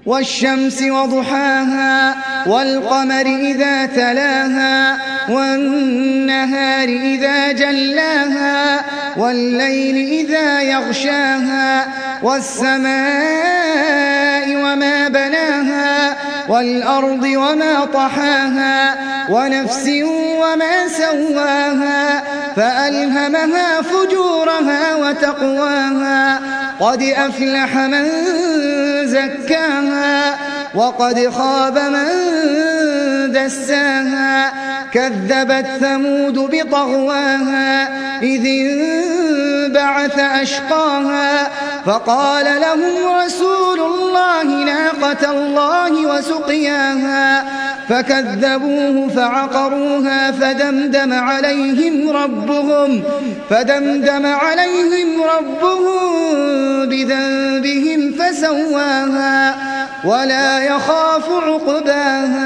والشمس وضحاها والقمر إذا تلاها والنهار إذا جلاها والليل إذا يغشاها والسماء وما بناها والأرض وما طحاها ونفس وما سواها فألهمها فجورها وتقواها قد أفلح من زكاها وقد خاب من دساها كذبت ثمود بطغواها إذ انبعث أشقاها فقال لهم رسول الله ناقة الله وسقياها فكذبوه فعقروها فدمدم عليهم ربهم بذنبهم فسواها ولا يخاف عقباها.